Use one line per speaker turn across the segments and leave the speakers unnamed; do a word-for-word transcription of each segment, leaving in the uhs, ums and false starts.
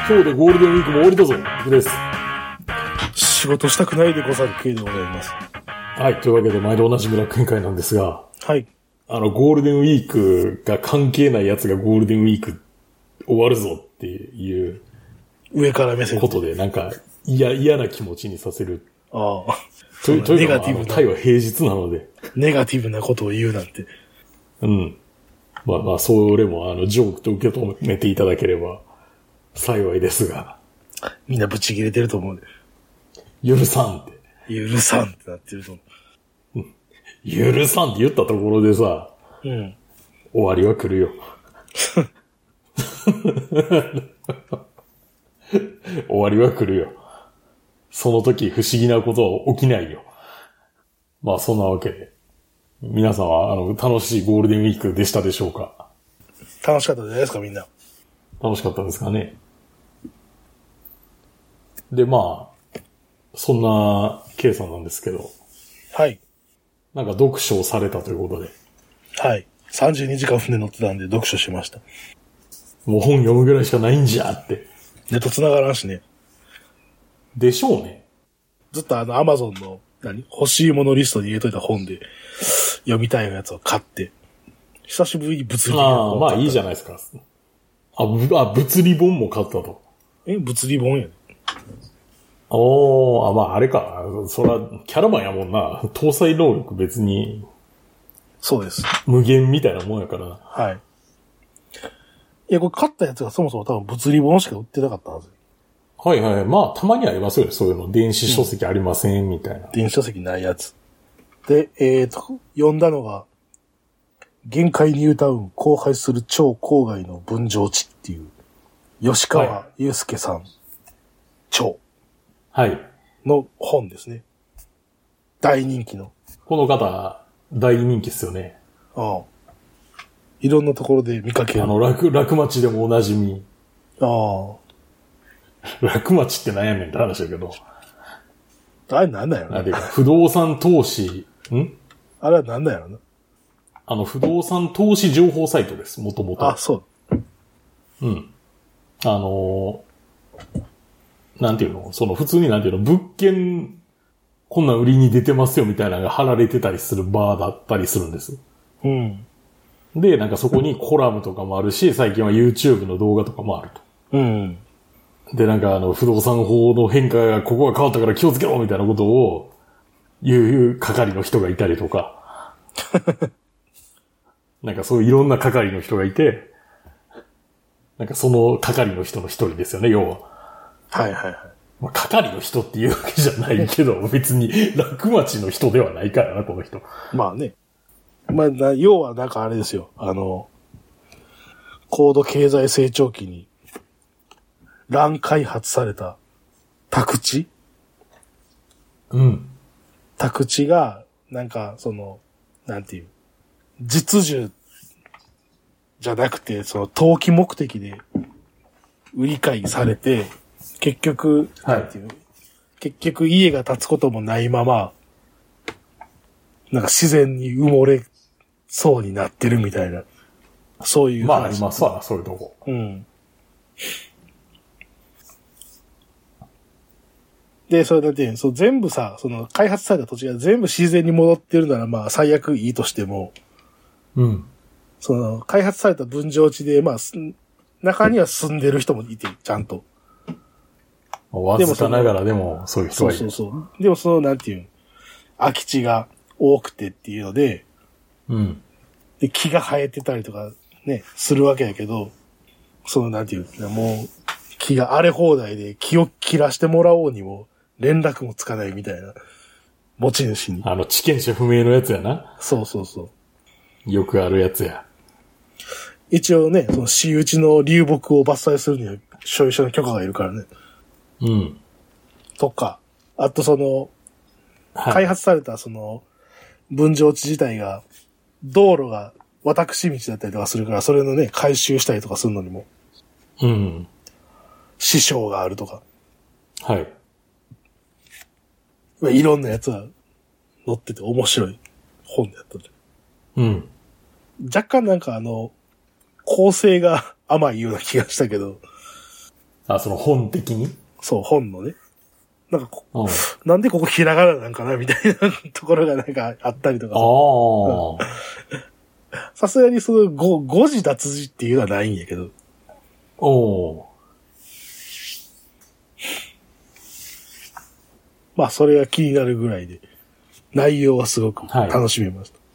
今日でゴールデンウィークも終わりだぞ。僕です。
仕事したくないでござる系でございます。
はい。というわけで、毎度おなじみ楽園会なんですが、
はい。
あの、ゴールデンウィークが関係ないやつがゴールデンウィーク終わるぞっていう
上から目線
ことで、なんか、嫌、嫌な気持ちにさせる。
ああ。
という、というか、
ネガティブな。
タイは平日なので。
ネガティブなことを言うなんて。
うん。まあまあ、それも、あの、ジョークと受け止めていただければ幸いですが。
みんなブチ切れてると思うで。
許さんって。
許さんってなってると思
う。うん。許さんって言ったところでさ、
うん。
終わりは来るよ。終わりは来るよ。その時不思議なことは起きないよ。まあそんなわけで。皆さんはあの楽しいゴールデンウィークでしたでしょうか？
楽しかったじゃないですか、みんな。
楽しかったですかね。で、まあ、そんな K さんなんですけど。
はい。
なんか読書をされたということで。
はい。さんじゅうにじかん船乗ってたんで読書しました。
もう本読むぐらいしかないんじゃって。
ネット繋がらんしね。
でしょうね。
ずっとあのアマゾンの何欲しいものリストに入れといた本で読みたいやつを買って、久しぶりに物理本
ああ、まあいいじゃないですか。あ、ぶあ物理本も買ったと。
え、物理本やね。
おー、あ、まああれか。そら、キャラバンやもんな。搭載能力別に。
そうです。
無限みたいなもんやからな。
はい。いや、これ買ったやつがそもそも多分物理本しか売ってなかったはず。
はいはい。まあ、たまにありますよね。そういうの。電子書籍ありません、みたいな。
電子書籍ないやつ。で、えーと、読んだのが、限界ニュータウン荒廃する超郊外の分譲地っていう、吉川祐介さん、超。
はい。
の本ですね。大人気の。
この方、大人気っすよね。
ああ。いろんなところで見かける。
あの、楽、楽町でもおなじみ。
あ
あ。楽町って何やねんって話だけど。
あれなんだよな。
あれか、不動産投資、ん
あれはなんだよな。
あの、不動産投資情報サイトです、もともと。
あ、そう。
うん。あのー、なんていうのその普通になんていうの物件、こんなん売りに出てますよみたいなのが貼られてたりするバーだったりするんです。
うん。
で、なんかそこにコラムとかもあるし、最近は YouTube の動画とかもあると。
うん。
で、なんかあの、不動産法の変化がここが変わったから気をつけろみたいなことを言う係の人がいたりとか。なんかそういういろんな係の人がいて、なんかその係の人の一人ですよね、要は。
はいはいはい。
まあ、係の人っていうわけじゃないけど、別に楽町の人ではないからな、この人。
まあね。まあ、な要はなんかあれですよ。あの、高度経済成長期に乱開発された宅地
うん。
宅地が、なんか、その、なんていう、実需じゃなくて、その、投機目的で売り買いされて、結局、なんていう、はい、結局家が建つこともないまま、なんか自然に埋もれそうになってるみたいな、そういう話。
まあ、ありますわ、そういうとこ。
うん。で、それだって、そう全部さ、その開発された土地が全部自然に戻ってるならまあ最悪いいとしても、
うん。
その開発された分譲地でまあ、中には住んでる人もいて、ちゃんと。
わずかながらでもそういう人がいる。
そうそうそう。でもそのなんていう、空き地が多くてっていうので、
うん。
で、木が生えてたりとかね、するわけやけど、そのなんていう、もう木が荒れ放題で木を切らしてもらおうにも、連絡もつかないみたいな、持ち主に。
あの、地権者不明のやつやな。
そうそうそう。
よくあるやつや。
一応ね、その私有地の流木を伐採するには所有者の許可がいるからね。
うん。
とか、あとその、はい、開発されたその、分譲地自体が、道路が私道だったりとかするから、それのね、回収したりとかするのにも。
うん。
支障があるとか。
はい。
いろんなやつが載ってて面白い本だったで。
うん。
若干なんかあの、構成が甘いような気がしたけど。
あ、その本的に
そう、本のね。なんかこ、
うん、
なんでここひらがななんかなみたいなところがなんかあったりとか。
ああ。
さすがにそのご、誤字脱字っていうのはないんやけど。
おー。
まあ、それが気になるぐらいで、内容はすごく楽しめました。はい、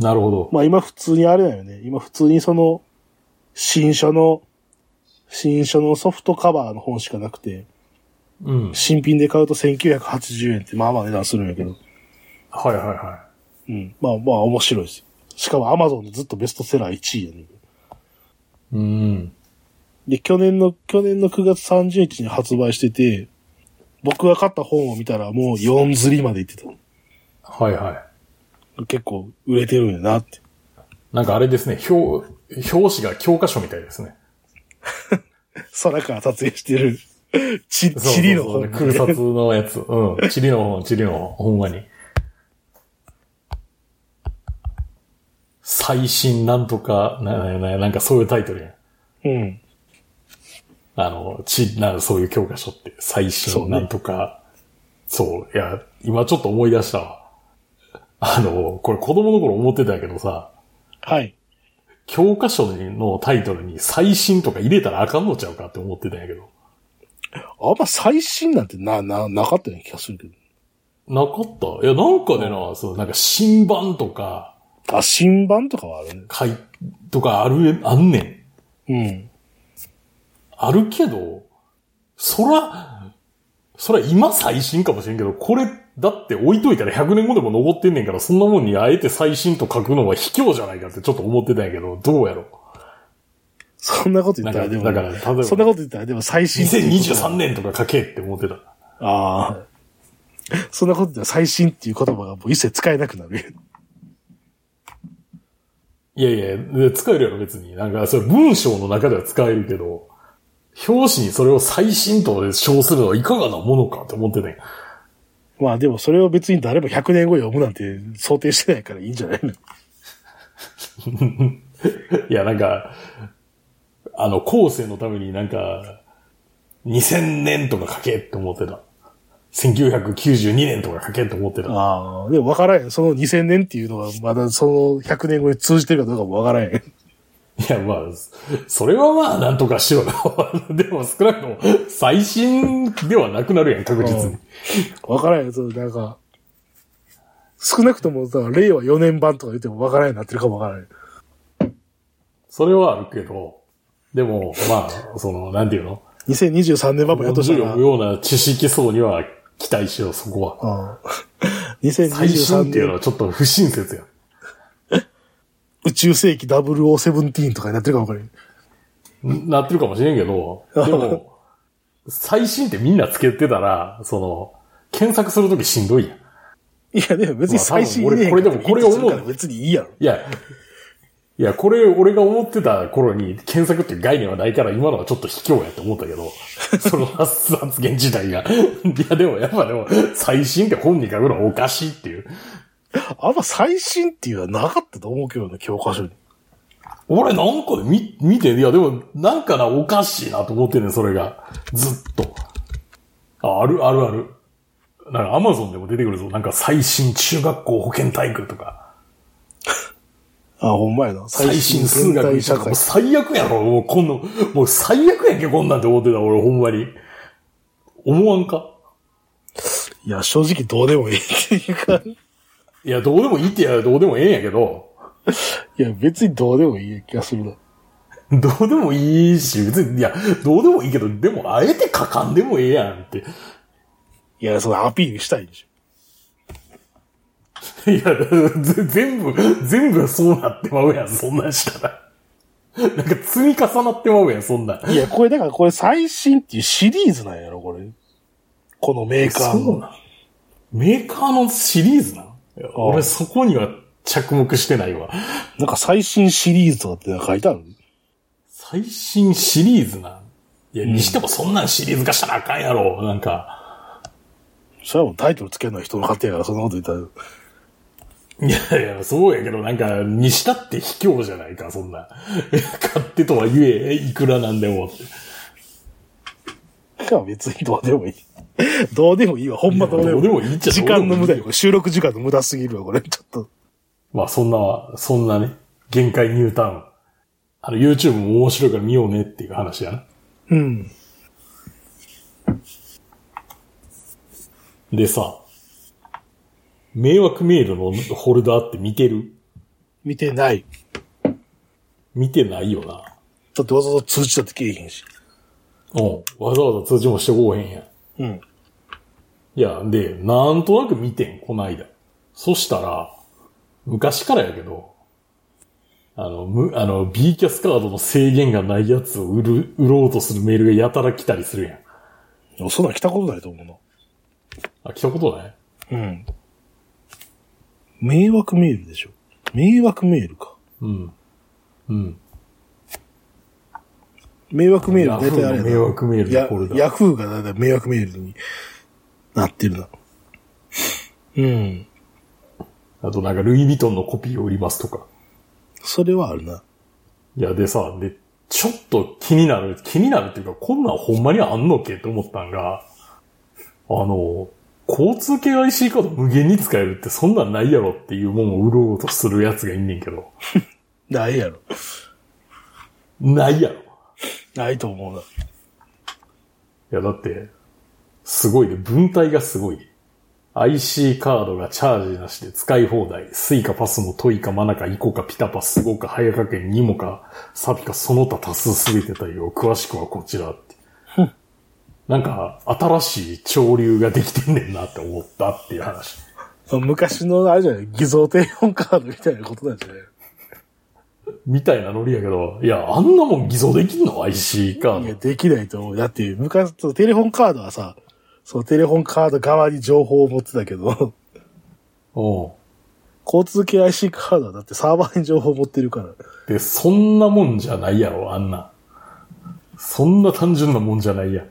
なるほど。
まあ今普通にあれだよね。今普通にその、新書の、新書のソフトカバーの本しかなくて、
うん。
新品で買うとせんきゅうひゃくはちじゅうえんってまあまあ値段するんやけど。
はいはいはい。
うん。まあまあ面白いですよ。しかも Amazon でずっとベストセラーいちいやねん。
うん。
で、去年の、去年のくがつさんじゅうにちに発売してて、僕が買った本を見たらもうよん釣りまで行ってた。
はいはい。
結構売れてるんやなって。
なんかあれですね、表、表紙が教科書みたいですね。
空から撮影してる。ち、チリの本。
そうそうそう空撮のやつ。うん。チリの本、チリの本。ほんまに。最新なんとか、な、な、なんかそういうタイトルやん。
うん。
あの、ち、な、そういう教科書って、最新なんとか。そう、ね、そう。いや、今ちょっと思い出したわ。あの、これ子供の頃思ってたけどさ。
はい。
教科書のタイトルに最新とか入れたらあかんのちゃうかって思ってたんやけど。
あんま最新なんてな、な、なかったような気がするけど。
なかった？いや、なんかでな、そう、なんか新版とか。
あ、新版とかはあるね。
かい、とかある、あんね
ん。うん。
あるけど、そら、そら今最新かもしれんけど、これ、だって置いといたらひゃくねんごでも残ってんねんから、そんなもんにあえて最新と書くのは卑怯じゃないかってちょっと思ってたんやけど、どうやろ。
そんなこと言ったらでも、
だから、例えば、
そんなこと言ったらでも最新。
にせんにじゅうさんねんとか書けって思ってた。
ああ。そんなこと言ったら最新っていう言葉がもう一切使えなくなる。
いやいや、使えるやろ別に。なんか、それ文章の中では使えるけど、表紙にそれを最新と称するのはいかがなものかって思ってたんや。
まあでもそれを別に誰もひゃくねんご読むなんて想定してないからいいんじゃないの
いや、なんか、あの、後世のためになんか、にせんねんとか書けって思ってた。せんきゅうひゃくきゅうじゅうにねんとか書けって思ってた。
ああ、でも分からんよ。そのにせんねんっていうのがまだそのひゃくねんごに通じてるかどうかも分からんよ。
いや、まあ、それはまあ、なんとかしろよ。でも、少なくとも、最新ではなくなるやん、確実に。
分からんよ、そう、なんか、少なくともさ、れいわよねん版とか言っても分からんようになってるかも分からんよ。
それはあるけど、でも、まあ、その、なんていうの ?
にせんにじゅうさんねん版もやっとしたら。
読むような知識層には期待しよう、そこは。
にせんにじゅうさんねん。最
新っていうのはちょっと不親切やん。
宇宙世紀ダブルオーセブンティーンとかになってるか分から
ん。なってるかもしれんけど、でも、最新ってみんなつけてたら、その、検索するときしんどいやん。
いや、でも別に最新
入れへんから、まあ、俺、これでも、これ思う。
別にいいやろ。
いや、いや、これ、俺が思ってた頃に検索っていう概念はないから、今のはちょっと卑怯やって思ったけど、その発言自体が。いや、でも、やっぱでも、最新って本に書くのはおかしいっていう。
あんま最新っていうのはなかったと思うけどね、教科書に。
俺なんかで見、見て、いやでも、なんかな、おかしいなと思ってんねん、それが。ずっと。あ、ある、あるある。なんかアマゾンでも出てくるぞ。なんか最新中学校保健体育とか。
あ、ほんまやな。
最新数学とか。もう最悪やろ、もうこんの、もう最悪やんけ、こんなんて思ってた、俺ほんまに。思わんか？
いや、正直どうでもいいっていうか。
いや、どうでもいいってや、どうでもええんやけど。
いや、別にどうでもいい気がするな。
どうでもいいし、別に、いや、どうでもいいけど、でも、あえて書かんでもええやんって。
いや、そのアピールしたいでし
ょ。いや、全部、全部そうなってまうやん、そんなんしたら。なんか積み重なってまうやん、そんなん。
いや、これ、だからこれ最新っていうシリーズなんやろ、これ。このメーカーの。
そうなん。メーカーのシリーズなん俺そこには着目してないわ。
なんか最新シリーズとかって書いてある？
最新シリーズなんいや、にしてもそんなんシリーズ化したらあかんやろ、なんか。
それはもうタイトルつけるのは人の勝手やから、そんなこと言ったら。
いやいや、そうやけど、なんか、にしたって卑怯じゃないか、そんな。勝手とは言え、いくらなんでもって。
か、別にどうでもいい。どうでもいいわ、ほんまどうでもいい。
どうでもいいっちゃ
時間の無駄よ。収録時間の無駄すぎるわ、これ、ちょっと。
まあ、そんな、そんなね、限界ニュータウン。あの、YouTube も面白いから見ようねっていう話やな。
うん。
でさ、迷惑メールのホルダーって見てる？
見てない。
見てないよな。
だってわざわざ通知だってけえへんし。
うん。わざわざ通知もしてこうへんやん。
うん。
いや、で、なんとなく見てん、こないだ。そしたら、昔からやけど、あの、む、あの、B キャスカードの制限がないやつを売る、売ろうとするメールがやたら来たりするやん。
そんなん来たことないと思うな。
あ、来たことない？
うん。迷惑メールでしょ。迷惑メールか。
うん。うん。
迷惑メール大体あれやな。
迷惑メールのフォルダ。
ヤフーがだいたい迷惑メールになってるな。うん。
あとなんかルイ・ヴィトンのコピーを売りますとか。
それはあるな。
いや、でさ、で、ちょっと気になる、気になるっていうか、こんなんほんまにあんのっけって思ったんが、あの、交通系 アイシー カード無限に使えるってそんなんないやろっていうもんを売ろうとするやつがいんねんけど。
ないやろ。
ないやろ。
ないと思うな。い
や、だって、すごいね。文体がすごい。アイシー カードがチャージなしで使い放題。スイカパスもトイカマナカイコカピタパスゴカ早かけんニモカサピカその他多数すべて対応。詳しくはこちらって。なんか、新しい潮流ができてんねんなって思ったっていう話。
昔のあれじゃない偽造テレホンカードみたいなことなんじゃない
みたいなノリやけど、いや、あんなもん偽造できんの ?アイシー カード。
いや、できないと思う。だって、昔、テレホンカードはさ、そう、テレホンカード側に情報を持ってたけど、
おう
交通系 アイシー カードはだってサーバーに情報を持ってるから。
で、そんなもんじゃないやろ、あんな。そんな単純なもんじゃないや。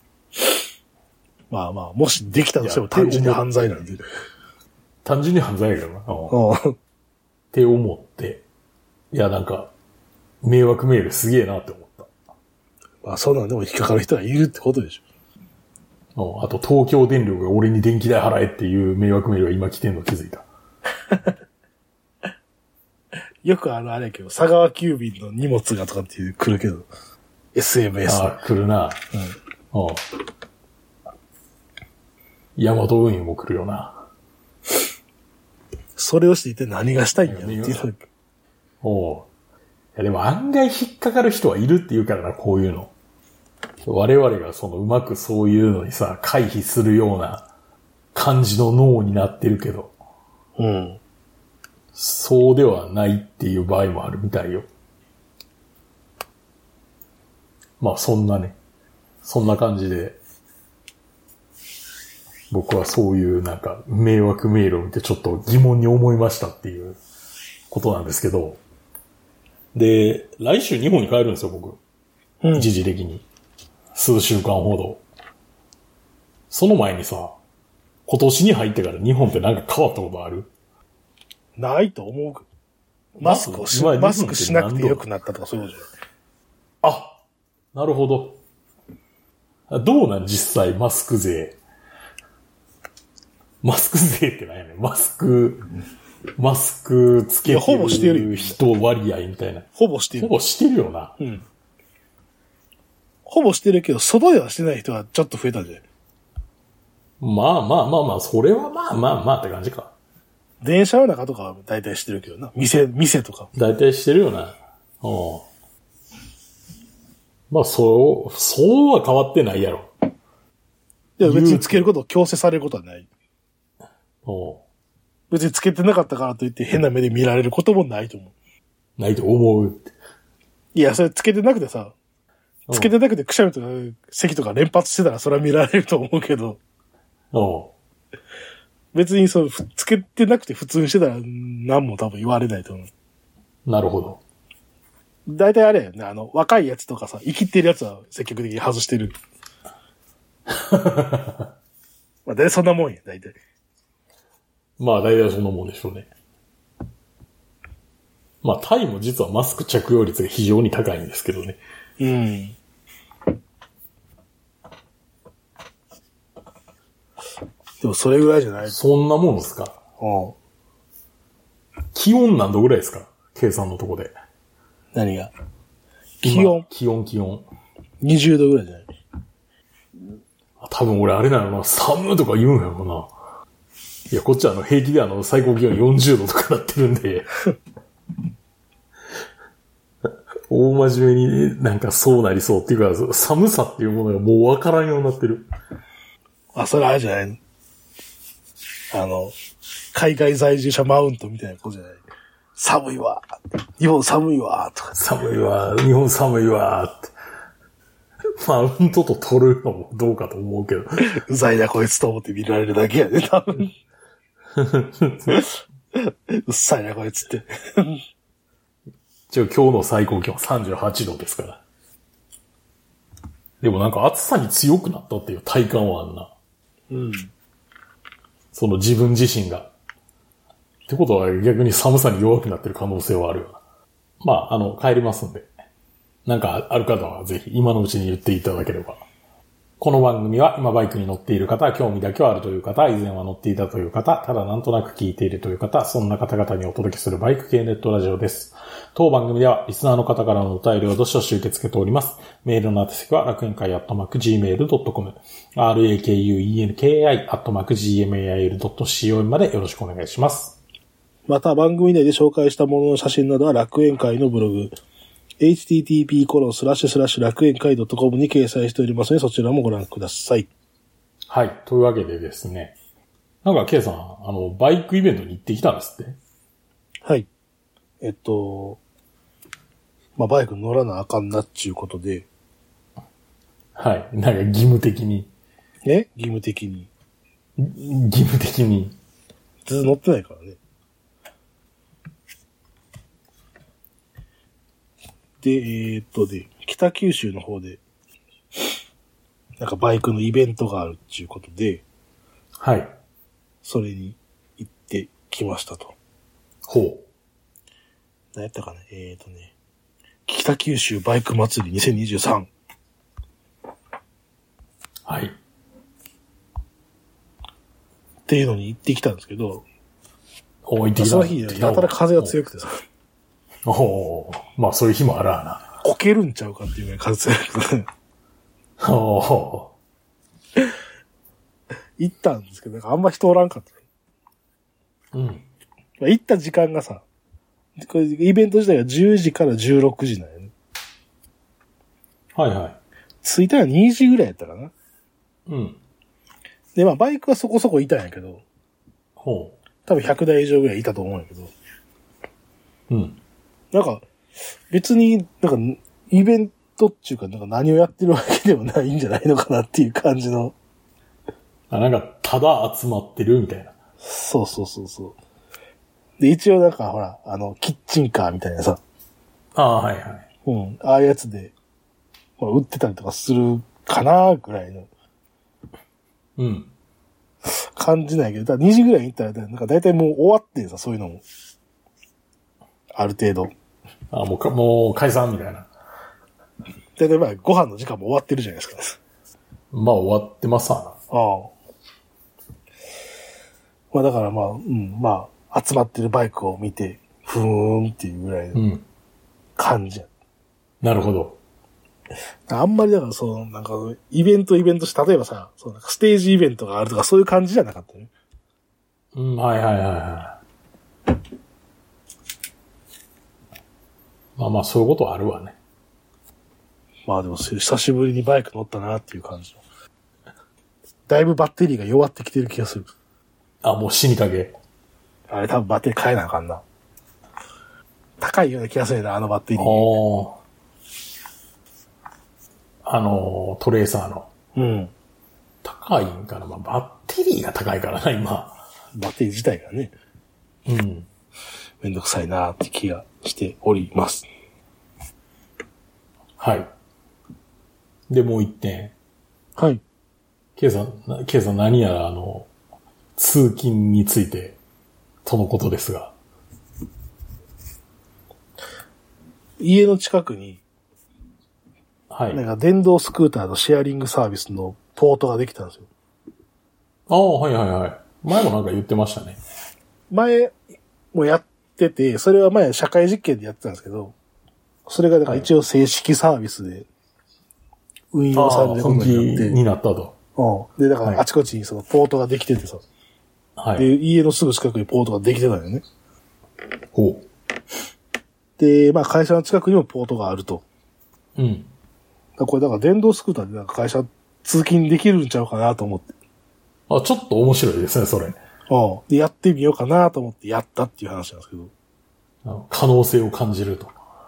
まあまあ、もしできたとしても単純に犯罪なんで。
単純に犯罪やけどな。
うん。
って思って。いや、なんか、迷惑メールすげえなって思った。
まあ、そんなんでも引っかかる人がいるってことでし
ょ。あと、東京電力が俺に電気代払えっていう迷惑メールが今来てんの気づいた。
よくあの、あれやけど、佐川急便の荷物がとかっていう来るけど、エスエムエス で。
ああ、来るな。うん。ヤマト運輸も来るよな。
それをしていて何がしたいんやっていうの。
おう。いやでも案外引っかかる人はいるって言うからな、こういうの。我々がそのうまくそういうのにさ、回避するような感じの脳になってるけど。
うん。
そうではないっていう場合もあるみたいよ。まあそんなね。そんな感じで。僕はそういうなんか迷惑メールを見てちょっと疑問に思いましたっていうことなんですけど。で、来週日本に帰るんですよ、僕。
うん、
一時的に。数週間ほど。その前にさ、今年に入ってから日本ってなんか変わったことある？
ないと思う。マスクをし、マスクしなくてよくなったとかそういうことじ
ゃない。あ、なるほど。どうなん実際マスク税。マスク税って何やねん。マスク、マスクつけてる人割合みたいな。
ほぼしてる。
ほぼしてるよな。
うん。ほぼしてるけど、外ではしてない人はちょっと増えたんじゃない？
まあまあまあまあ、それはまあまあまあって感じか。
電車の中とかは大体してるけどな。店、店とか。
大体してるよな。うん。まあ、そう、そうは変わってないやろ。
いや、別につけることを強制されることはない。
うん。
別につけてなかったからといって変な目で見られることもないと思う。
ないと思う。
いや、それつけてなくてさ、つけてなくてくしゃみとか咳とか連発してたらそれは見られると思うけど。
うん。
別にそう、つけてなくて普通にしてたら何も多分言われないと思う。
なるほど。
大体あれやね、あの、若いやつとかさ、生きてるやつは積極的に外してる。まあ大体そんなもんや、大体。
まあ大体そんなもんでしょうね。 まあ、タイも実はマスク着用率が非常に高いんですけどね。
うん。でもそれぐらいじゃない。
そんなもんですか。
うん。
気温何度ぐらいですか？計算のとこで。
何が？気温
気温、気温。
にじゅうどぐらいじゃない？
多分俺あれなの、寒とか言うんやろな。いや、こっちはあの平気であの最高気温よんじゅうどとかなってるんで。大真面目になんかそうなりそうっていうか、寒さっていうものがもうわからんようになってる。
あ、それあれじゃないの？あの、海外在住者マウントみたいなことじゃない？寒いわ。日本寒いわ。とか。
寒いわ。日本寒いわ。って。マウントと取るのもどうかと思うけど。
うざいなこいつと思って見られるだけやね、多分。うっさいなこいつって。
一応今日の最高気温さんじゅうはちどですから。でもなんか暑さに強くなったっていう体感はあんな。
うん。
その自分自身が。ってことは逆に寒さに弱くなってる可能性はあるよな。まあ、あの、帰りますんで。なんかある方はぜひ今のうちに言っていただければ。この番組は今バイクに乗っている方、興味だけはあるという方、以前は乗っていたという方、ただなんとなく聞いているという方、そんな方々にお届けするバイク系ネットラジオです。当番組ではリスナーの方からのお便りをどしどし受け付けております。メールの宛先は楽園会アットマーク ジーメールドットコム、ラクエンカイアットマーク ジーメールドットコム までよろしくお願いします。
また番組内で紹介したものの写真などは楽園会のブログ、エイチティーティーピーコロンスラッシュスラッシュ楽園会ドットコム に掲載しておりますので、そちらもご覧ください。
はい。というわけでですね。なんか、ケイさん、あの、バイクイベントに行ってきたんですって？
はい。えっと、まあ、バイク乗らなあかんなっちゅうことで。
はい。なんか義務的に。
ね？義務的に。
義務的に。
全然乗ってないからね。で、えー、っとで、北九州の方で、なんかバイクのイベントがあるっていうことで、
はい。
それに行ってきましたと。
ほう。
何やったかね、えー、っとね、北九州バイク祭りにせんにじゅうさん。
はい。
っていうのに行ってきたんですけど、
お行ってきた。
その日、やたら風が強くてさ。
おお、まあそういう日もあるわな。
こけるんちゃうかっていうぐらい風強くて。
おお。
行ったんですけど、なんかあんま人おらんかった。
うん。
まあ、行った時間がさ、これイベント自体がじゅうじからじゅうろくじなんよね。
はいはい。
着いたらにじぐらいやったかな。
うん。
で、まあバイクはそこそこいたんやけど、
ほう。
多分ひゃくだい以上ぐらいいたと思うんやけど、
うん。
なんか、別に、なんか、イベントっていうか、なんか何をやってるわけでもないんじゃないのかなっていう感じの。
あ、なんか、ただ集まってるみたいな。
そうそうそうそう。で、一応なんかほら、あの、キッチンカーみたいなさ。
ああ、はいはい。
うん。ああいうやつで、まあ、売ってたりとかするかなぐらいの。
うん。
感じないけど、だからにじぐらいに行ったら、なんか大体もう終わってさ、そういうのも。ある程度。
あ、もうか、もう解散みたいな。
大体まあ、ご飯の時間も終わってるじゃないですか。
まあ終わってますわ
な。ああ。まあだからまあ、うん、まあ、集まってるバイクを見て、ふーんっていうぐらいの感じや。
うん、なるほど。
あんまりだからそう、なんか、イベントイベントして、例えばさ、そうなんかステージイベントがあるとかそういう感じじゃなかったね。
うん、はいはいはいはい。まあまあ、そういうことあるわね。
まあでも、久しぶりにバイク乗ったなっていう感じの。だいぶバッテリーが弱ってきてる気がする。
あ、もう死にかけ。
あれ多分バッテリー変えなあかんな。高いような気がするな、あのバッテリー。
おー。あの、トレーサーの。
うん。
高いんかな。まあ、バッテリーが高いからな、今。
バッテリー自体がね。
うん。
めんどくさいなって気がしております。
はい。で、もう一点。
はい。
ケイさん、ケイさん何やらあの、通勤について、とのことですが。
家の近くに、
はい。
なんか電動スクーターのシェアリングサービスのポートができたんですよ。
ああ、はいはいはい。前もなんか言ってましたね。
前もやってて、それは前社会実験でやってたんですけど、それがだから一応正式サービスで運用されることになって。
本気になったと。
うん。で、だからあちこちにそのポートができててさ。
はい。
で、家のすぐ近くにポートができてたんよね。
ほう。
で、まあ会社の近くにもポートがあると。
うん。
これだから電動スクーターでなんか会社通勤できるんちゃうかなと思って。
あ、ちょっと面白いですね、それ。
うん。で、やってみようかなと思ってやったっていう話なんですけど。
可能性を感じると。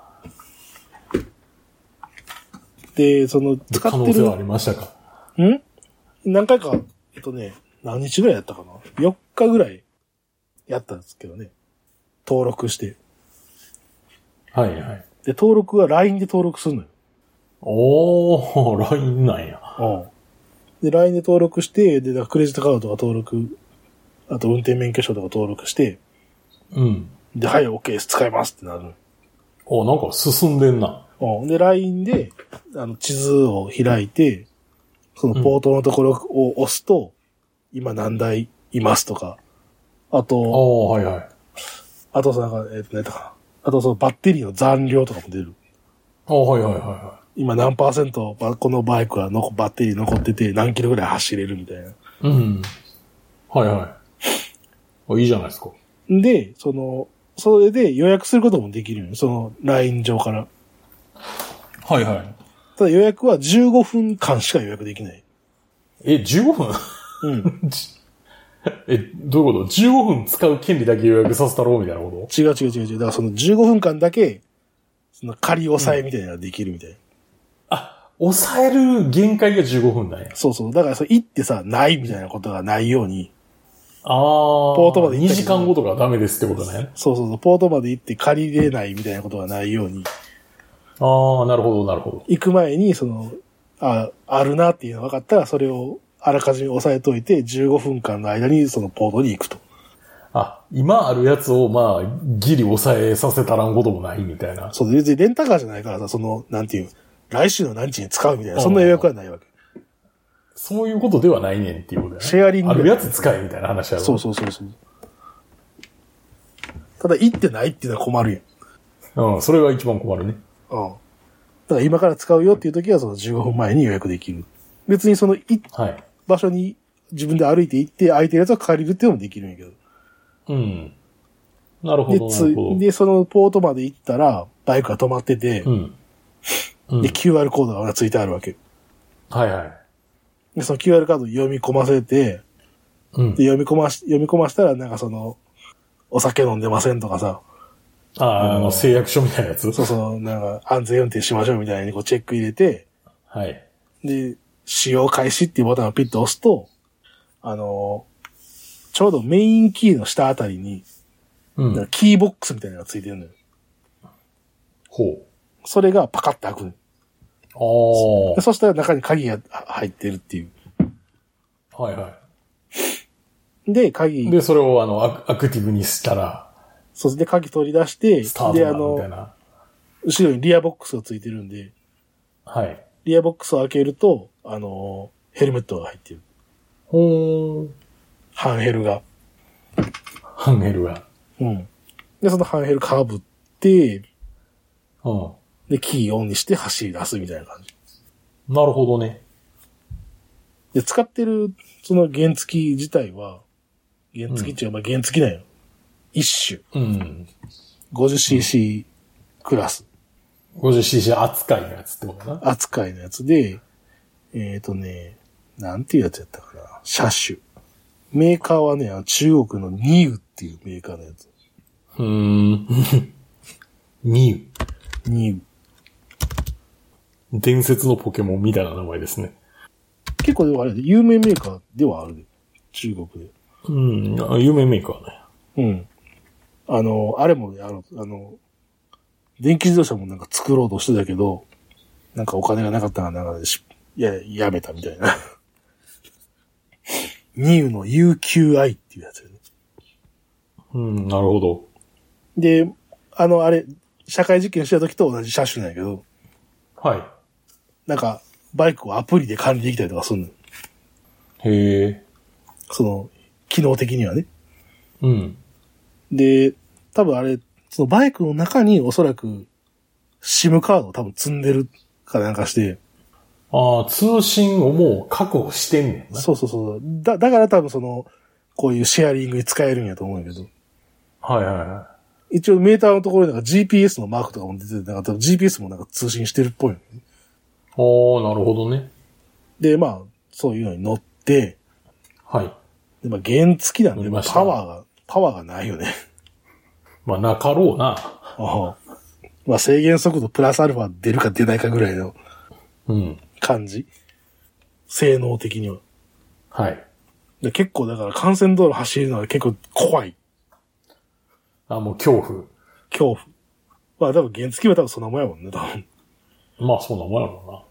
で、その、使ってる。
可能性はありましたか？
ん何回か、えっとね、何日ぐらいやったかな ?よっ 日ぐらいやったんですけどね。登録して。
はいはい。
で、登録は ライン で登録するのよ。
おー、ライン なんや。
うん。で、ライン で登録して、で、クレジットカードとか登録、あと運転免許証とか登録して、
うん。
で、はい、OK です、使いますってなる。
お、なんか進んでんな。
うん。で、ライン で、あの、地図を開いて、そのポートのところを押すと、うん、今何台いますとか、あと、
おー、はいはい。
あと、なんか、えっと、ね、とか、あとそのバッテリーの残量とかも出る。
おー、はいはいはいはい。
今何パーセント、このバイクはのバッテリー残ってて何キロぐらい走れるみたいな。
うん。はいはい。あ、いいじゃないですか。
で、その、それで予約することもできるよ。その ライン 上から。
はいはい。
ただ予約はじゅうごふんかんしか予約できない。
え、じゅうごふん？うん。え、どういうこと ?じゅうごふん使う権利だけ予約させたろうみたいなこと？
違う違う違う違う。だからそのじゅうごふんかんだけ、その仮押さえみたいなのができるみたいな。うん、
あ、抑える限界がじゅうごふんだね。
そうそう。だからそれ行ってさ、ないみたいなことがないように。
ああ。
ポートまで行ったけど。
にじかんごとかダメですってことね。
そうそうそう。ポートまで行って借りれないみたいなことがないように。
ああ、なるほどなるほど。
行く前に、その、あ、あるなっていうのが分かったら、それをあらかじめ押さえといて、じゅうごふんかんの間にそのポートに行くと。
あ、今あるやつをまあ、ギリ抑えさせたらんこともないみたいな。
そう、別にレンタカーじゃないからさ、その、なんていう、来週の何日に使うみたいな、そんな予約はないわけ。
そういうことではないねんっていうことだよね。
シェアリング。
あるやつ使えみたいな話ある。
そうそうそうそう。ただ、行ってないっていうのは困る
やん。うん、それが一番困るね。
うん。だから今から使うよっていう時は、そのじゅうごふんまえに予約できる。別にその、い、はい、場所に自分で歩いて行って空いてるやつを借りるっていうのもできるんやけど。
うん。なるほど、なるほど。
で、そのポートまで行ったら、バイクが止まってて、うんうん、で、キューアール コードがついてあるわけ。
はいはい。
で、その キューアール カード読み込ませて、うん、で、読み込まし、読み込ましたら、なんかその、お酒飲んでませんとかさ。
ああ、あの、誓約書みたいなやつ？
そうそう、なんか、安全運転しましょうみたいにこうチェック入れて、
はい。
で、使用開始っていうボタンをピッと押すと、あの、ちょうどメインキーの下あたりに、うん、キーボックスみたいなのがついてるのよ。
ほう。
それがパカッと開くの。
ああ。
そしたら中に鍵が入ってるっていう。
はいはい。
で、鍵。
で、それをあの、アクティブにしたら。
そうで、鍵取り出して、
スタートだみたいな。
後ろにリアボックスがついてるんで。
はい。
リアボックスを開けると、あの、ヘルメットが入ってる。
ほー。
ハンヘルが。
ハンヘルが。
うん。で、そのハンヘルかぶって、
うん。
で、キーオンにして走り出すみたいな感じ。
なるほどね。
で、使ってる、その原付自体は、原付っていうか、まあ原付なんよ。一種。うん。ごじゅっシーシー クラス。
ごじゅっシーシー 扱いのやつってことかな。
扱いのやつで、えっとね、なんていうやつやったかな。車種。メーカーはね、中国のニウっていうメーカーのやつ。
うーん。ニ
ウ。ニウ。
伝説のポケモンみたいな名前ですね。
結構でもあれで、有名メーカーではあるで。中国で。
うん、有名メーカーね。
うん。あの、あれもね、あの、あの、電気自動車もなんか作ろうとしてたけど、なんかお金がなかったからなんかし、いや、やめたみたいな。ニウの ユーキューアイ っていうやつよね。
うん、なるほど。
で、あの、あれ、 社会実験してた時と同じ車種なんやけど、
はい。
なんか、バイクをアプリで管理できたりとかするの。
へえ。
その、機能的にはね。
うん。
で、多分あれ、そのバイクの中におそらく、シムカードを多分積んでるかなんかして。
ああ、通信をもう確保してんねんな。
そうそうそう。だ、だから多分その、こういうシェアリングに使えるんやと思うんやけど。
はいはいはい。
一応メーターのところになんか ジーピーエス のマークとかも出てて、なんか多分 ジーピーエス もなんか通信してるっぽいのね。
おー、なるほどね。
で、まあ、そういうのに乗って、
はい。
で、まあ、原付なんで、まあ、パワーが、パワーがないよね。
まあ、なかろうな。
ああまあ、制限速度プラスアルファ出るか出ないかぐらいの感じ。うん、性能的には。
はい。
で結構だから幹線道路走るのは結構怖い。
あ、もう恐怖。
恐怖。まあ多分原付は多分そんなもんやもんね、多分。
まあそんなもんやろ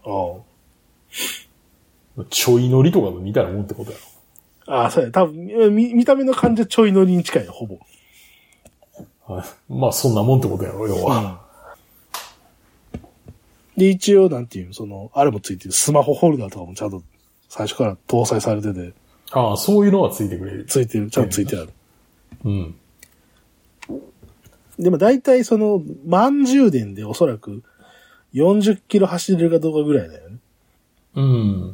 うな。
ああ。ちょい乗りとかみたいなもんってことや
ろ。ああ、そうや。多分見、見た目の感じはちょい乗りに近いよ、ほぼ。
はい。まあそんなもんってことやろ、要は。うん
で、一応、なんていう、その、あれもついてる、スマホホルダーとかもちゃんと最初から搭載されてて。
ああ、そういうのはついてくれる。
ついてる、ちゃんとついてある。
うん。
でも大体その、満充電でおそらくよんじゅっキロ走れるかどうかぐらいだよね。
うん。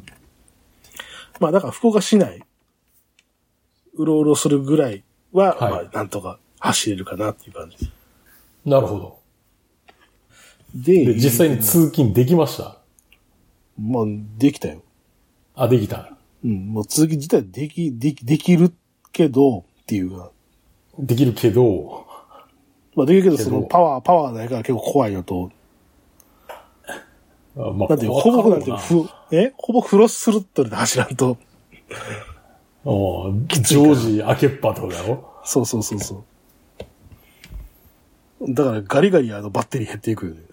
まあだから福岡市内、うろうろするぐらいは、はい、まあなんとか走れるかなっていう感じ。
なるほど。
で、
で実際に通勤できました？
まあ、できたよ。
あ、できた。
うん、もう通勤自体でき、でき、できるけど、っていうか。
できるけど。
まあできるけど、そのパワー、パワーないから結構怖いのと。
あまあ、
だってほぼ、なんてふ、えほぼフロススルットルで走らんと。
ああ、常時開けっぱってことだろ？
そうそうそうそう。だからガリガリあのバッテリー減っていくよね。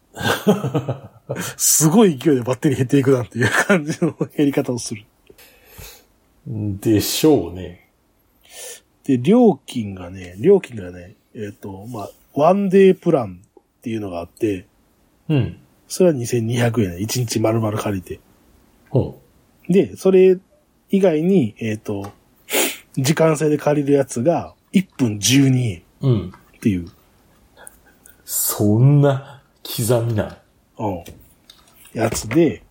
すごい勢いでバッテリー減っていくなんていう感じの減り方をする。
でしょうね。
で、料金がね、料金がね、えっ、ー、と、まあ、ワンデープランっていうのがあって、
うん。
それはにせんにひゃくえんね。いちにち丸々借りて。
ほ
う。で、それ以外に、えっ、ー、と、時間制で借りるやつがいっぷんじゅうにえん。うん。っていう。
そんな刻みな。
うん。やつで、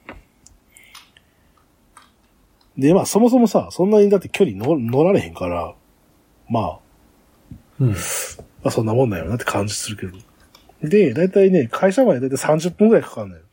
で、まあそもそもさ、そんなにだって距離乗乗られへんから、まあ、うん。まあそんなもんだよなって感じするけど。で、だいたいね、会社までだいたいさんじゅっぷんくらいかかるのよ。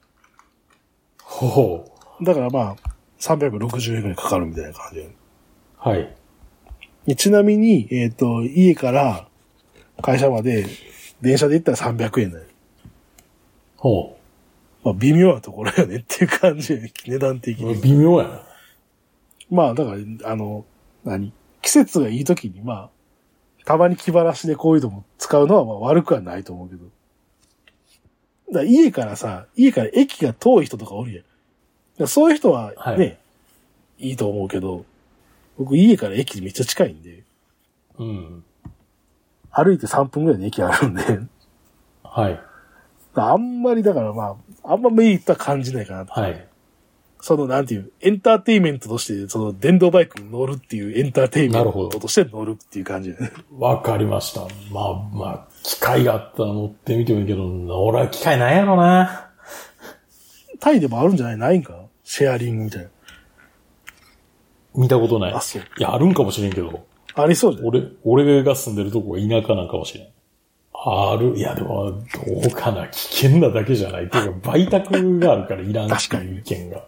ほ
う。だからまあ、さんびゃくろくじゅうえんくらいかかるみたいな感じで。
はい。
ちなみに、えっと、家から会社まで電車で行ったらさんびゃくえんだよ。
ほ
う。まあ微妙なところよねっていう感じで、値段的に。
微妙やな。
まあだから、あの、何季節がいい時にまあ、たまに気晴らしでこういうのも使うのはまあ悪くはないと思うけど。だから家からさ、家から駅が遠い人とかおるやん。だからそういう人はね、はい、いいと思うけど、僕家から駅めっちゃ近いんで、
うん。
歩いてさんぷんくらいで駅あるんで、
はい。
あんまりだからまあ、あんまメリットは感じないかなと。
はい。そ
のなんていう、エンターテイメントとして、その電動バイクに乗るっていうエンターテイメントとして乗るっていう感じ。
わかりました。まあまあ、機会があったら乗ってみてもいいけど、俺は機会ないやろな。
タイでもあるんじゃないないんかシェアリングみたいな。
見たことない。
あ、そう。
いや、あるんかもしれんけど。
ありそうじゃん。
俺、俺が住んでるとこは田舎なんかもしれん。ある。いや、でも、どうかな。危険なだけじゃない。っていうか、売宅があるからいらんっていう意見が。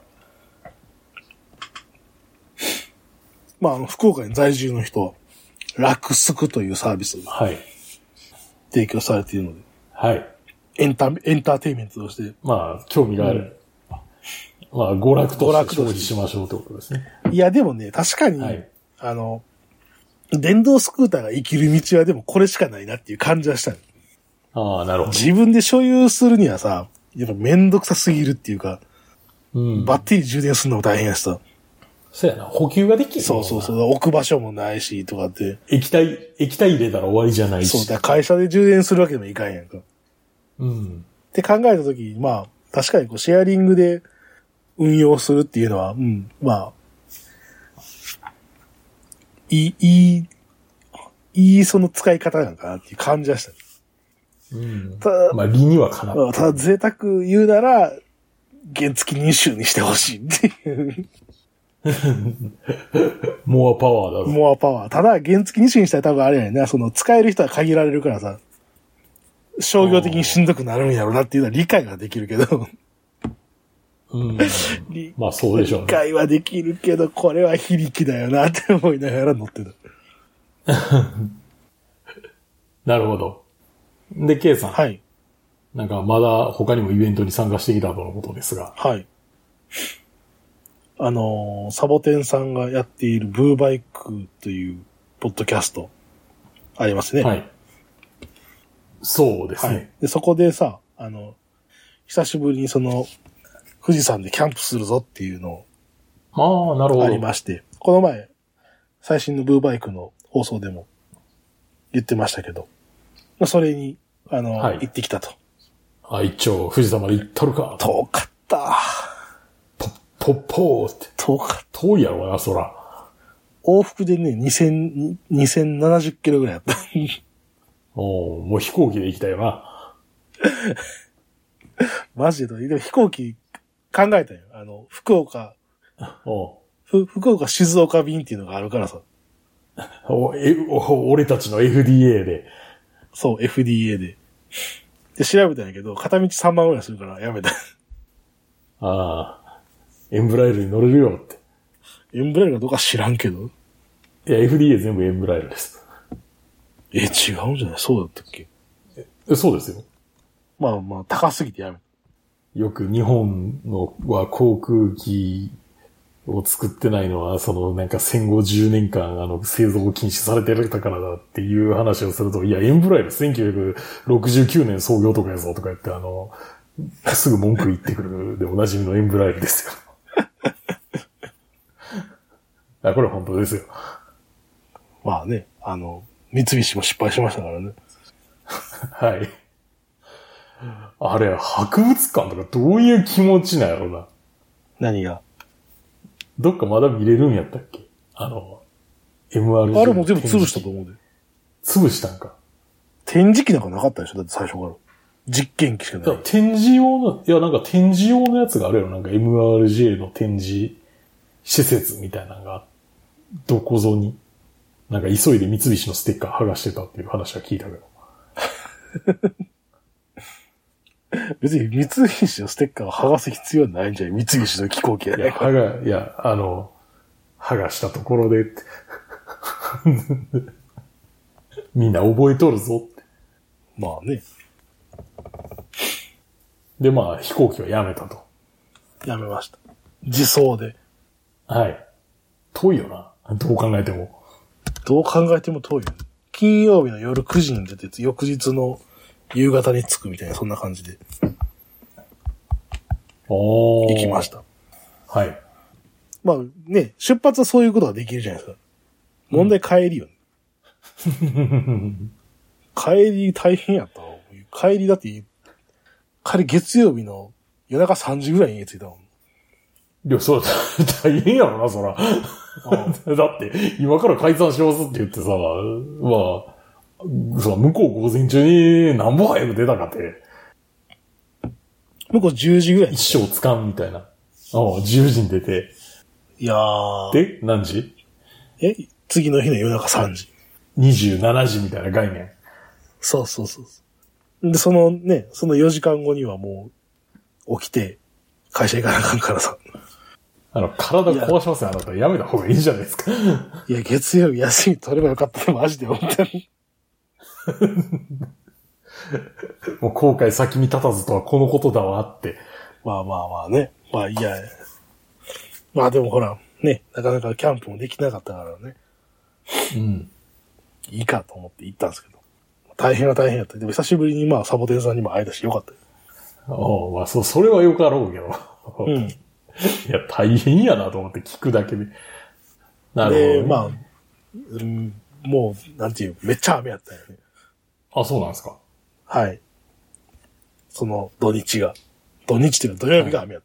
まあ、あの、福岡に在住の人は、楽スクというサービスが、はい。提供されているので。
はい。
エンタ、エンターテイメントとして。
まあ、興味がある。うん、まあ、娯楽として消費しましょうってことですね。
いや、でもね、確かに、はい、あの、電動スクーターが生きる道はでもこれしかないなっていう感じはした。
ああ、なるほど。
自分で所有するにはさ、やっぱめんどくさすぎるっていうか、うん、バッテリー充電するのも大変やしさ。
そうやな、補給ができる。
そうそうそう、置く場所もないし、とかって。
液体、液体入れたら終わりじゃないし。
そう、だ会社で充電するわけでもいかんやんか。
うん。
って考えたとき、まあ、確かにこうシェアリングで運用するっていうのは、うん、まあ、いい、いい、いいその使い方なのかなっていう感じはした。
うん。ただ、まあ理にはかなって。
ただ贅沢言うなら、原付に周にしてほしいっていう。
モアパワーだぞ。
モアパワー。ただ、原付に周にしたら多分あれやねんな、その使える人は限られるからさ、商業的にしんどくなるんやろうなっていうのは理解ができるけど。
うん。まあそうでしょうね。
理解はできるけど、これは非力だよなって思いながら乗ってた。
なるほど。で、K さん。
はい。
なんかまだ他にもイベントに参加してきたとのことですが。
はい。あのー、サボテンさんがやっているブーバイクというポッドキャストありますね。
はい。そうですね。はい。
で、そこでさ、あの、久しぶりにその、富士山でキャンプするぞっていうの
を、ああ、なるほど。
ありまして、この前、最新のブーバイクの放送でも言ってましたけど、それに、あの、はい、行ってきたと。
あ、一応、富士山まで行っとるか。
遠かった。
ポッポッポーって。
遠かった。
遠いやろな、そら。
往復でね、にせん、にせんななじゅっキロぐらいやった。
おもう飛行機で行きたいよな。
マジで、でも飛行機考えたよ。あの、福岡。
お
ふ福岡静岡便っていうのがあるからさ。
おえお俺たちの エフディーエー で。
そう、エフディーエー で。で、調べたんやけど、片道さんまんぐらいするからやめた。
ああ。エンブライルに乗れるよって。
エンブライルがどうか知らんけど。
いや、エフディーエー 全部エンブライルです。
え、違うんじゃない？そうだったっけ？
え、そうですよ。
まあまあ、高すぎてやめた。
よく日本のは航空機を作ってないのは、そのなんか戦後じゅうねんかんあの製造を禁止されてるからだっていう話をすると、いや、エンブライルせんきゅうひゃくろくじゅうきゅうねん創業とかやぞとか言って、あの、すぐ文句言ってくるでおなじみのエンブライルですよ。あ、これ本当ですよ。
まあね、あの、三菱も失敗しましたからね。
はい。あれ、博物館とかどういう気持ちなんやろな。
何が？
どっかまだ見れるんやったっけ？あの、エムアールジー。
あれも全部潰したと思うで。
潰したんか。
展示機なんかなかったでしょ？だって最初から。実験機しかない。
展示用の、いやなんか展示用のやつがあるやろ。なんか エムアールジェー の展示施設みたいなのが、どこぞに。なんか急いで三菱のステッカー剥がしてたっていう話は聞いたけど。
別に三菱のステッカーを剥がす必要ないんじゃない？三菱の飛行機や
ね。いや、剥が、いや、あの、剥がしたところでって。みんな覚えとるぞって。
まあね。
で、まあ飛行機はやめたと。
やめました。自走で。
はい。遠いよな。どう考えても。
どう考えても遠いよね。金曜日の夜くじに出て、翌日の夕方に着くみたいな、そんな感じで。
おー。
行きました。
はい。
まあね、出発はそういうことができるじゃないですか。問題帰りよね。うん、帰り大変やったわ。帰りだって、帰り月曜日の夜中さんじぐらいに家着いたもん。
いや、そうだ、大変やろな、そら。だって、今から解散しますって言ってさ、まあ、そ向こう午前中に何本早く出たかって。
向こうじゅうじぐらい。
一生つかんみたいな。ああ、じゅうじに出て。
いやー。
で、何時？
え次の日の夜中さんじ。
にじゅうしちじみたいな概念。
そうそうそう。で、そのね、そのよじかんごにはもう、起きて、会社行かなあかんからさ。
あの、体壊しますよ、あなた。やめた方がいいじゃないですか。
いや、月曜日休み取ればよかったってマジで思ってる。
もう後悔先に立たずとはこのことだわって。
まあまあまあね。まあいや。まあでもほら、ね、なかなかキャンプもできなかったからね。
うん。い
いかと思って行ったんですけど。大変は大変やった。でも久しぶりにまあサボテンさんにも会えたしよかったよ。
ああ、まあそ、それはよかろうけど。
うん。
いや、大変やなと思って聞くだけで。なるほど、ね。
で、まあ、うん、もう、なんていう、めっちゃ雨やったよね。
あ、そうなんですか。
はい。その土日が。土日っていうか土曜日が雨やった。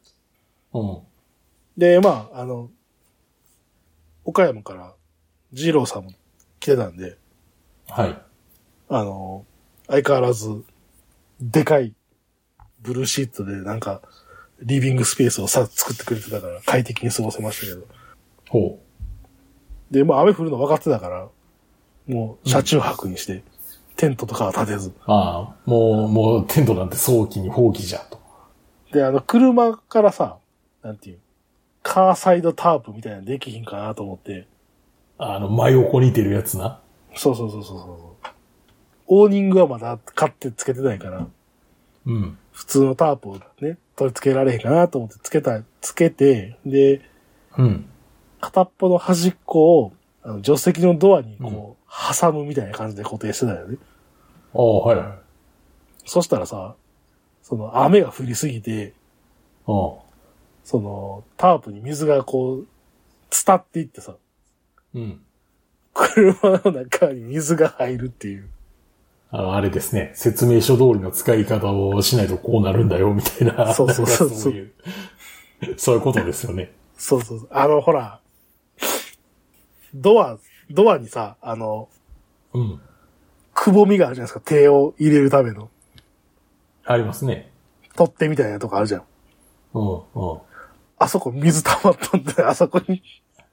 はい、うん。
で、まあ、あの、岡山から二郎さんも来てたんで、
はい。
あの、相変わらず、でかいブルーシートでなんか、リビングスペースをさ、作ってくれてたから快適に過ごせましたけど。
ほ
う。で、もう雨降るの分かってたから、もう車中泊にして、うん、テントとかは立てず。
ああ、もう、もうテントなんて早期に放棄じゃと。
で、あの、車からさ、なんていう、カーサイドタープみたいなのできひんかなと思って。
あの、真横に出るやつな。
そうそうそうそうそう。オーニングはまだ買ってつけてないから。
うん。
普通のタープをね、取り付けられへんかなと思ってつけた、つけて、で、
うん。
片っぽの端っこを、あの、助手席のドアにこう、うん、挟むみたいな感じで固定してたよね。
ああ、はいはい。
そしたらさ、その雨が降りすぎて、
ああ。
その、タープに水がこう、伝っていってさ、
うん。
車の中に水が入るっていう。
あ, あれですね。説明書通りの使い方をしないとこうなるんだよ、みたいな。
そうそうそうそう。
そういう、そういうことですよね。
そうそうそう。あの、ほら、ドア、ドアにさ、あの、
うん。
くぼみがあるじゃないですか。手を入れるための。
ありますね。
取っ手みたいなとこあるじゃん。
うん、うん。
あそこ水溜まっとんで、あそこに。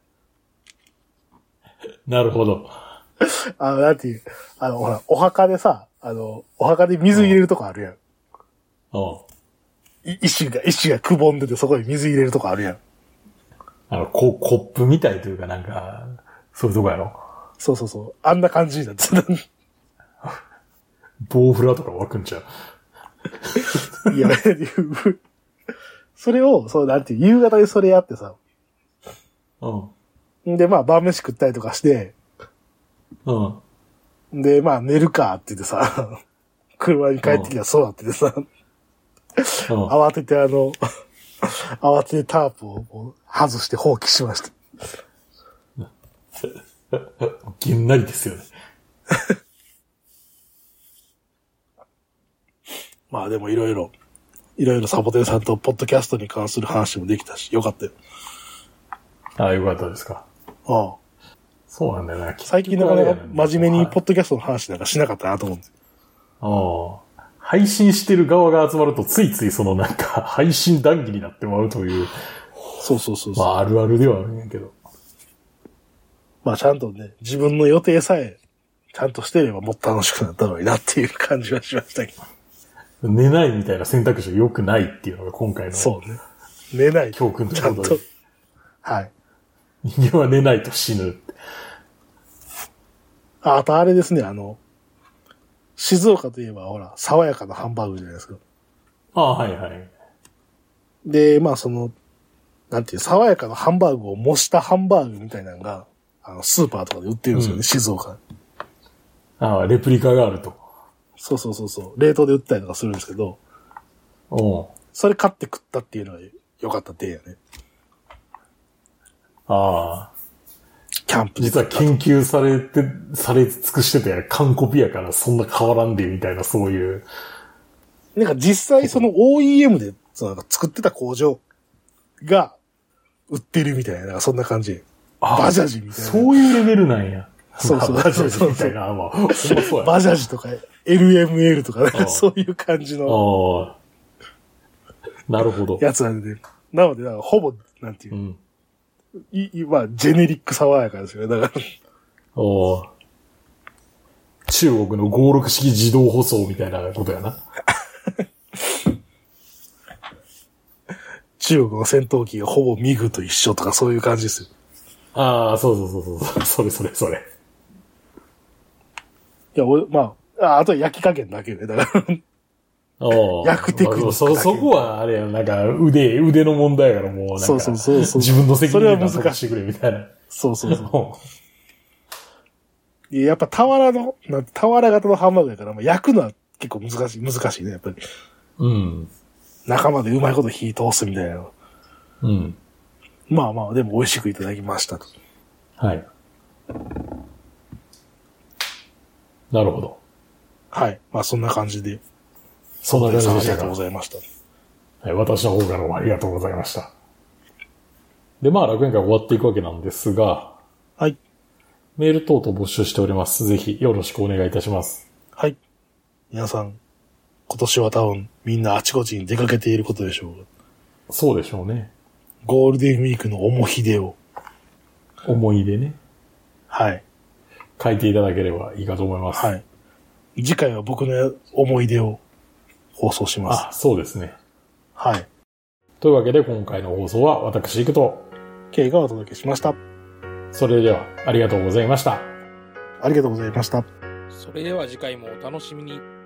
なるほど。
あの、なんていう、あの、ほら、お墓でさ、あの、お墓で水入れるとこあるやん。
うん。
石が、石がくぼんでてそこに水入れるとこあるやん。
あの、こ、コップみたいというかなんか、そういうとこやろ。
そうそうそう。あんな感じになってた。
ボウフラとか湧くんちゃう。
いや、それを、そう、なんていう、夕方でそれやってさ。
うん。
で、まあ、晩飯食ったりとかして、
うん。
で、まあ、寝るかって言ってさ、車に帰ってきたらそうだっててさ、うん、慌ててあの、慌ててタープを外して放棄しました。
げんなりですよね。
まあでもいろいろ、いろいろサボテンさんとポッドキャストに関する話もできたし、よかったよ。
ああ、よかったですか。
ああ。
そうなんだよな。
最近なかなか真面目にポッドキャストの話なんかしなかったなと思って。
ああ。配信してる側が集まるとついついそのなんか配信談義になってもらうという。
そうそうそうそう。
まああるあるではあるんやけど。
まあちゃんとね、自分の予定さえちゃんとしてればもっと楽しくなったのになっていう感じはしましたけど。
寝ないみたいな選択肢が良くないっていうのが今回の。
そうね。寝ない。
教訓ということで。
ちゃんと。はい。
人間は寝ないと死ぬ。
あ、あとあれですね、あの、静岡といえばほら、爽やかなハンバーグじゃないですか。
ああ、はいはい。
で、まあその、なんていう、爽やかなハンバーグを模したハンバーグみたいなのが、あの、スーパーとかで売ってるんですよね、うん、静岡。
ああ、レプリカがあると。
そうそうそうそう。冷凍で売ったりとかするんですけど。
おう。
それ買って食ったっていうのは良かった点やね。
ああ。
キャンプ
実は研究されて、され尽くしてて、完コピやからそんな変わらんで、みたいな、そういう。
なんか実際その オーイーエム で、その作ってた工場が売ってるみたいな、なんかそんな感じ。バジャジみたいな。
そういうレベルなんや。
そうそう。
バジャジみたいな。まあ、ほんまそうや。
バジャジとか エルエムエル とか、ね、そういう感じの。
ああ。なるほど。
やつなんで。なので、なんかほぼ、なんていう。うんい、い、まあ、ジェネリック爽やかですよね、だから。
お中国の合力式自動舗装みたいなことやな。
中国の戦闘機がほぼミグと一緒とかそういう感じですよ。
ああ、そうそうそうそう。それそれそれ。
いや、俺、まあ、あ、あとは焼き加減だけで、だから。焼くテクニック、まあ、
そ、そこはあれや、なんか腕、腕の問題やからもうなんか。
そうそうそうそう。
自分の責任で
難し
してくれみたいな。
そうそうそう。いや、やっぱ俵の、なんて俵型のハンバーグやから、まあ、焼くのは結構難しい、難しいね、やっぱり。
うん。
中までうまいこと火通すみたいな。
うん。
まあまあ、でも美味しくいただきましたと。
はい。なるほど。
はい。まあそんな感じで。
そんな感じでしたか。
ありがとうございました。
はい。私の方からもありがとうございました。で、まあ楽園会終わっていくわけなんですが。
はい。
メール等々募集しております。ぜひよろしくお願いいたします。
はい。皆さん、今年は多分みんなあちこちに出かけていることでしょう。
そうでしょうね。
ゴールデンウィークの思い出を。
思い出ね。
はい。
書いていただければいいかと思います。
はい。次回は僕の思い出を放送します。
あ、そうですね。
はい。
というわけで今回の放送は私行くと
K がお届けしました。
それではありがとうございました。
ありがとうございました。
それでは次回もお楽しみに。